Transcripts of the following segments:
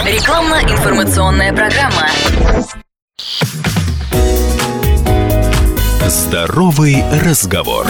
Рекламно-информационная программа. Здоровый разговор.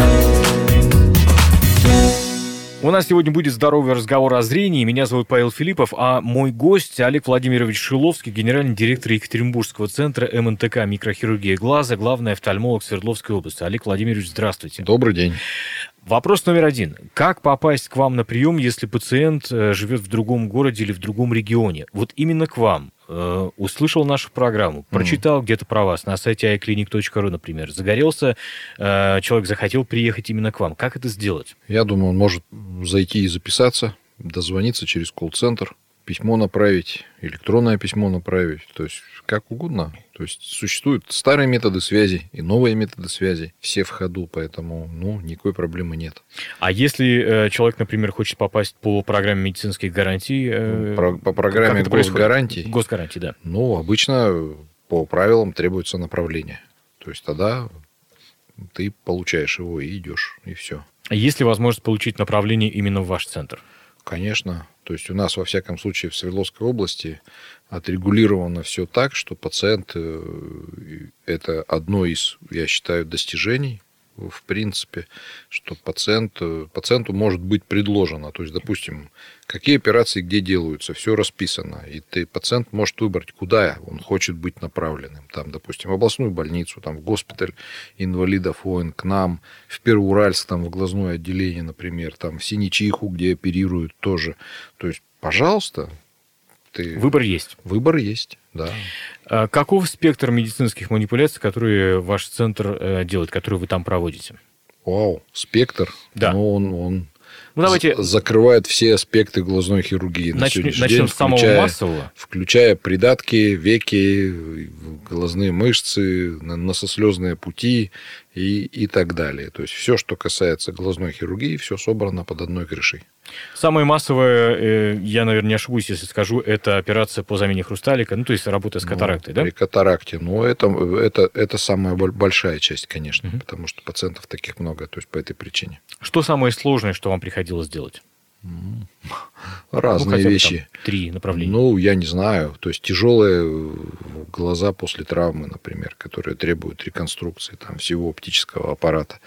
У нас сегодня будет здоровый разговор о зрении. Меня зовут Павел Филиппов, а мой гость Олег Владимирович Шиловский, генеральный директор Екатеринбургского центра МНТК «Микрохирургия глаза», главный офтальмолог Свердловской области. Олег Владимирович, здравствуйте. Добрый день. Вопрос номер один. Как попасть к вам на прием, если пациент живет в другом городе или в другом регионе? Вот именно к вам. Услышал нашу программу, прочитал где-то про вас на сайте iClinic.ru, например. Загорелся, человек захотел приехать именно к вам. Как это сделать? Я думаю, он может зайти и записаться, дозвониться через колл-центр, письмо направить, электронное письмо направить, то есть как угодно. То есть существуют старые методы связи и новые методы связи, все в ходу, поэтому никакой проблемы нет. А если человек, например, хочет попасть по программе медицинских гарантий? По программе госгарантий? Госгарантий, да. Обычно по правилам требуется направление. То есть тогда ты получаешь его и идешь, и все. А есть ли возможность получить направление именно в ваш центр? Конечно. То есть у нас, во всяком случае, в Свердловской области отрегулировано все так, что пациент – это одно из, я считаю, достижений, в принципе, что пациенту может быть предложено. То есть, допустим, какие операции где делаются, все расписано. И пациент может выбрать, куда он хочет быть направленным. Там, допустим, в областную больницу, там, в госпиталь инвалидов войн, к нам, в Первоуральск, там, в глазное отделение, например, там, в Синичиху, где оперируют тоже. То есть, пожалуйста. Выбор есть. Выбор есть, да. Каков спектр медицинских манипуляций, которые ваш центр делает, которые вы там проводите? Вау, спектр. Да. Он давайте закрывает все аспекты глазной хирургии на сегодняшний день, начнем с самого массового. Включая придатки, веки, глазные мышцы, носослезные пути и так далее. То есть все, что касается глазной хирургии, все собрано под одной крышей. Самое массовое, я, наверное, не ошибусь, если скажу, это операция по замене хрусталика, то есть работа с катарактой, да? При катаракте, это самая большая часть, конечно, потому что пациентов таких много, то есть по этой причине. Что самое сложное, что вам приходилось делать? Разные вещи. 3 направления. Я не знаю. То есть тяжелые глаза после травмы, например, которые требуют реконструкции всего оптического аппарата.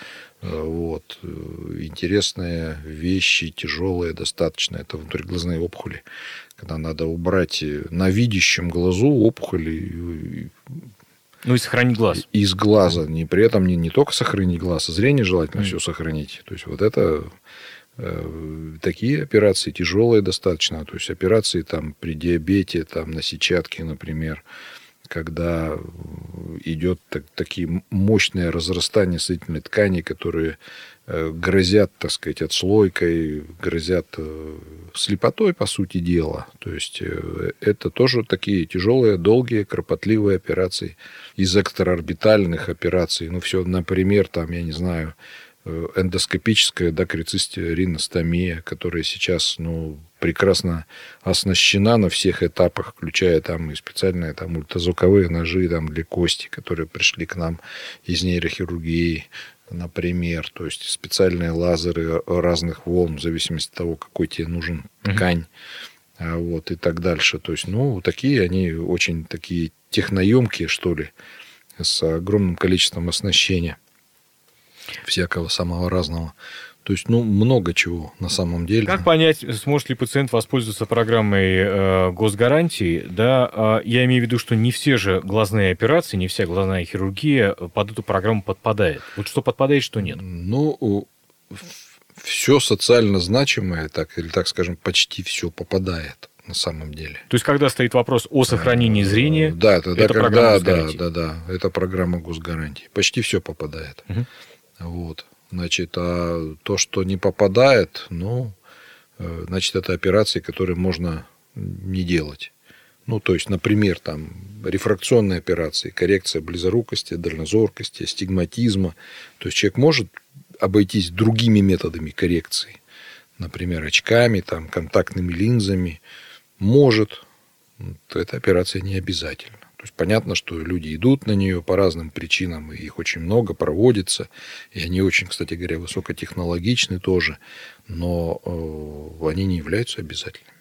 Интересные вещи, тяжелые достаточно. Это внутриглазные опухоли. Когда надо убрать на видящем глазу опухоли. И сохранить глаз. Из глаза. При этом не только сохранить глаз, а зрение желательно все сохранить. То есть это такие операции тяжелые достаточно. То есть операции при диабете, на сетчатке, например, когда идет такие мощные разрастания соединительной ткани, которые грозят, так сказать, отслойкой, грозят слепотой, по сути дела. То есть это тоже такие тяжелые, долгие, кропотливые операции. Из экстраорбитальных операций, все, например, я не знаю, эндоскопическая крицистириностомия, которая сейчас прекрасно оснащена на всех этапах, включая и специальные ультразвуковые ножи для кости, которые пришли к нам из нейрохирургии, например, то есть специальные лазеры разных волн в зависимости от того, какой тебе нужен ткань, и так дальше. То есть, такие они очень такие техноемкие, что ли, с огромным количеством оснащения всякого самого разного. То есть, много чего на самом деле. Как понять, сможет ли пациент воспользоваться программой госгарантии? Да, я имею в виду, что не все же глазные операции, не вся глазная хирургия под эту программу подпадает. Вот что подпадает, что нет? Все социально значимое, так скажем, почти все попадает на самом деле. То есть, когда стоит вопрос о сохранении зрения, это программа госгарантии. Да, это программа госгарантии. Почти все попадает. Значит, а то, что не попадает, значит, это операции, которые можно не делать. То есть, например, рефракционные операции, коррекция близорукости, дальнозоркости, астигматизма. То есть, человек может обойтись другими методами коррекции, например, очками, контактными линзами. Может, эта операция не обязательна. То есть понятно, что люди идут на нее по разным причинам, и их очень много проводится, и они очень, кстати говоря, высокотехнологичны тоже, но они не являются обязательными.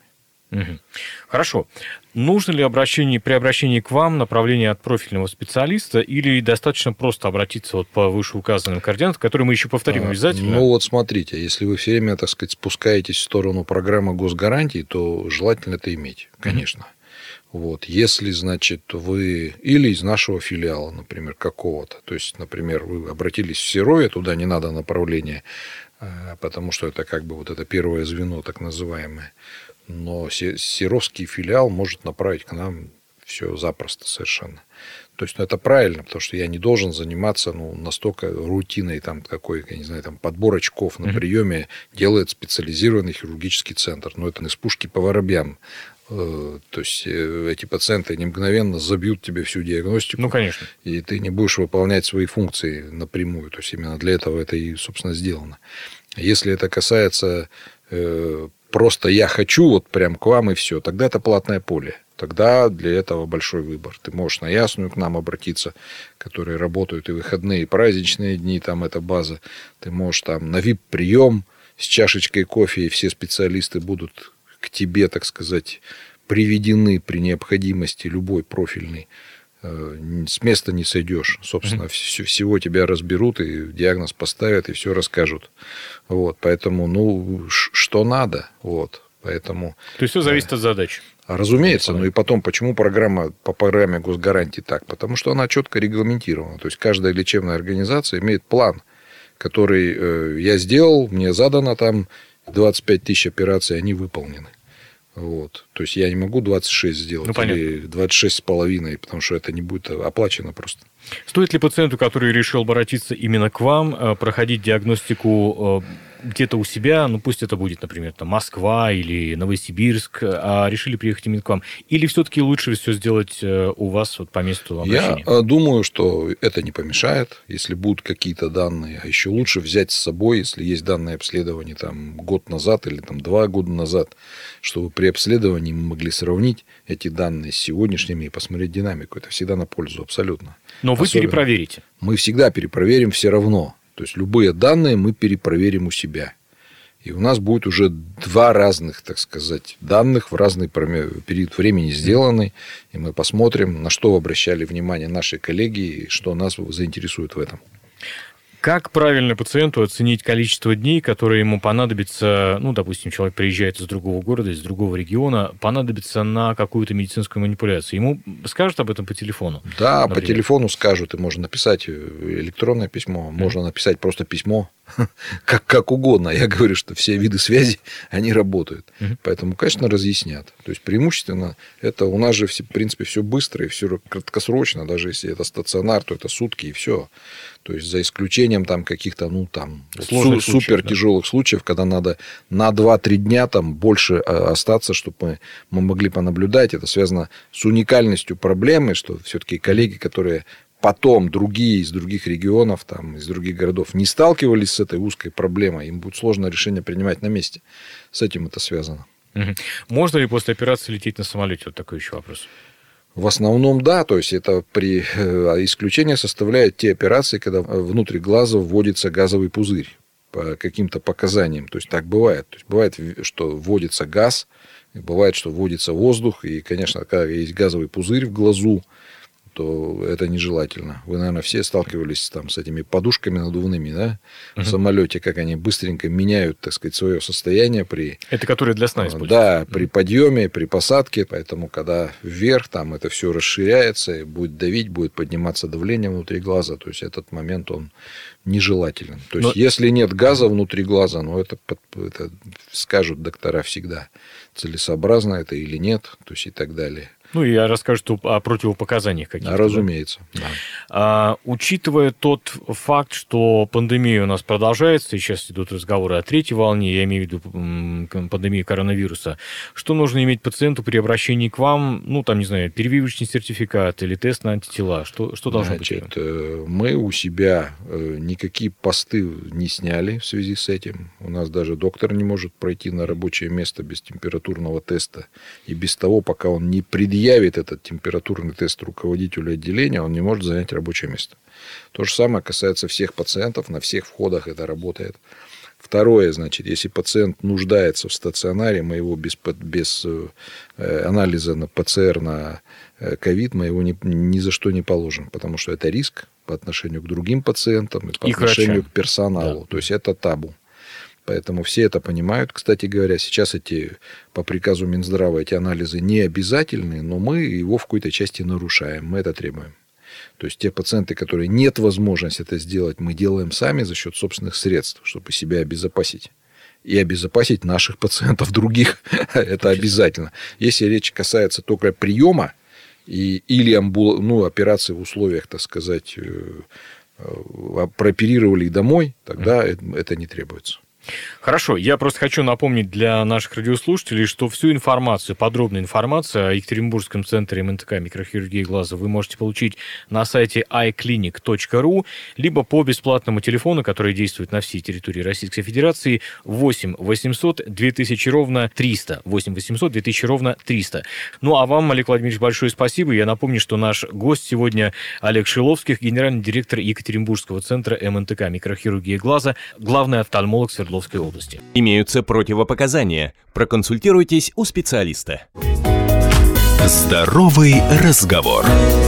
Хорошо. Нужно ли при обращении к вам направление от профильного специалиста или достаточно просто обратиться вот по вышеуказанным координатам, которые мы еще повторим обязательно? Ну вот смотрите, если вы все время, так сказать, спускаетесь в сторону программы госгарантий, то желательно это иметь, конечно. Вот. Если, значит, вы или из нашего филиала, например, какого-то, то есть, например, вы обратились в Серове, туда не надо направление, потому что это как бы вот это первое звено, так называемое. Но серовский филиал может направить к нам все запросто совершенно. То есть, это правильно, потому что я не должен заниматься настолько рутиной, там, какой, я не знаю, там, подбор очков на приеме делает специализированный хирургический центр. Но это из пушки по воробьям. То есть, эти пациенты не мгновенно забьют тебе всю диагностику. Ну, конечно. И ты не будешь выполнять свои функции напрямую. То есть, именно для этого это и, собственно, сделано. Если это касается просто я хочу вот прям к вам и все, тогда это платное поле. Тогда для этого большой выбор. Ты можешь на Ясную к нам обратиться, которые работают и выходные, и праздничные дни, там эта база. Ты можешь там на VIP-прием с чашечкой кофе, и все специалисты будут к тебе, так сказать, приведены при необходимости, любой профильный. С места не сойдешь. Собственно, всего тебя разберут, и диагноз поставят, и все расскажут. Вот. Поэтому, что надо. Вот. Поэтому, то есть, все зависит от задач. Разумеется. Ну и потом, почему программа по программе госгарантий так? Потому что она четко регламентирована. То есть, каждая лечебная организация имеет план, который я сделал, мне задано там 25 тысяч операций, они выполнены. Вот. То есть, я не могу 26 сделать или 26,5, потому что это не будет оплачено просто. Стоит ли пациенту, который решил обратиться именно к вам, проходить диагностику где-то у себя, пусть это будет, например, там, Москва или Новосибирск, а решили приехать именно к вам? Или все-таки лучше все сделать у вас вот, по месту обращения? Я думаю, что это не помешает, если будут какие-то данные. А еще лучше взять с собой, если есть данные обследования там, год назад или там, 2 года назад, чтобы при обследовании мы могли сравнить эти данные с сегодняшними и посмотреть динамику. Это всегда на пользу, абсолютно. Но вы перепроверите? Мы всегда перепроверим все равно. То есть, любые данные мы перепроверим у себя. И у нас будет уже 2 разных, так сказать, данных в разный период времени сделаны. И мы посмотрим, на что обращали внимание наши коллеги и что нас заинтересует в этом. Как правильно пациенту оценить количество дней, которые ему понадобится, допустим, человек приезжает из другого города, из другого региона, понадобится на какую-то медицинскую манипуляцию? Ему скажут об этом по телефону? Да, например? По телефону скажут, и можно написать электронное письмо, можно написать просто письмо, как угодно. Я говорю, что все виды связи, они работают. Поэтому, конечно, разъяснят. То есть, преимущественно, это у нас же, в принципе, все быстро и все краткосрочно. Даже если это стационар, то это сутки и все. То есть, за исключением там каких-то, супер тяжелых случаев, когда надо на 2-3 дня там больше остаться, чтобы мы могли понаблюдать. Это связано с уникальностью проблемы, что все-таки коллеги, которые потом другие из других регионов, там, из других городов не сталкивались с этой узкой проблемой, им будет сложно решение принимать на месте. С этим это связано. Можно ли после операции лететь на самолете? Вот такой еще вопрос. В основном, да. То есть, это исключение составляют те операции, когда внутрь глаза вводится газовый пузырь по каким-то показаниям. То есть, так бывает. То есть, бывает, что вводится газ, бывает, что вводится воздух. И, конечно, когда есть газовый пузырь в глазу, то это нежелательно. Вы, наверное, все сталкивались там, с этими подушками надувными, да? В самолете, как они быстренько меняют, так сказать, свое состояние при... Это которые для сна используются? Да, при подъеме, при посадке. Поэтому, когда вверх, там это все расширяется, и будет давить, будет подниматься давление внутри глаза. То есть, этот момент, он нежелателен. То есть, если нет газа внутри глаза, это скажут доктора всегда, целесообразно это или нет, то есть, и так далее. И я расскажу о противопоказаниях каких-то. Разумеется. Да. Учитывая тот факт, что пандемия у нас продолжается, и сейчас идут разговоры о 3-й волне, я имею в виду пандемию коронавируса, что нужно иметь пациенту при обращении к вам, прививочный сертификат или тест на антитела? Что должно быть? Мы у себя никакие посты не сняли в связи с этим. У нас даже доктор не может пройти на рабочее место без температурного теста. И без того, пока он не предъявит этот температурный тест руководителю отделения, он не может занять рабочее место. То же самое касается всех пациентов, на всех входах это работает. Второе, значит, если пациент нуждается в стационаре, мы его без анализа на ПЦР на ковид мы его ни за что не положим, потому что это риск по отношению к другим пациентам и по отношению к персоналу. Да. То есть это табу. Поэтому все это понимают. Кстати говоря, сейчас по приказу Минздрава эти анализы не обязательны, но мы его в какой-то части нарушаем. Мы это требуем. То есть те пациенты, которые нет возможности это сделать, мы делаем сами за счет собственных средств, чтобы себя обезопасить. И обезопасить наших пациентов других. Это обязательно. Если речь касается только приема или операции в условиях, так сказать, прооперировали домой, тогда это не требуется. Хорошо, я просто хочу напомнить для наших радиослушателей, что всю информацию, подробную информацию о Екатеринбургском центре МНТК микрохирургии глаза вы можете получить на сайте iClinic.ru, либо по бесплатному телефону, который действует на всей территории Российской Федерации, 8 800 2000 ровно 300. 8 800 2000 ровно 300. Ну, а вам, Олег Владимирович, большое спасибо. Я напомню, что наш гость сегодня Олег Шиловских, генеральный директор Екатеринбургского центра МНТК микрохирургии глаза, главный офтальмолог Свердловской области. Имеются противопоказания. Проконсультируйтесь у специалиста. Здоровый разговор.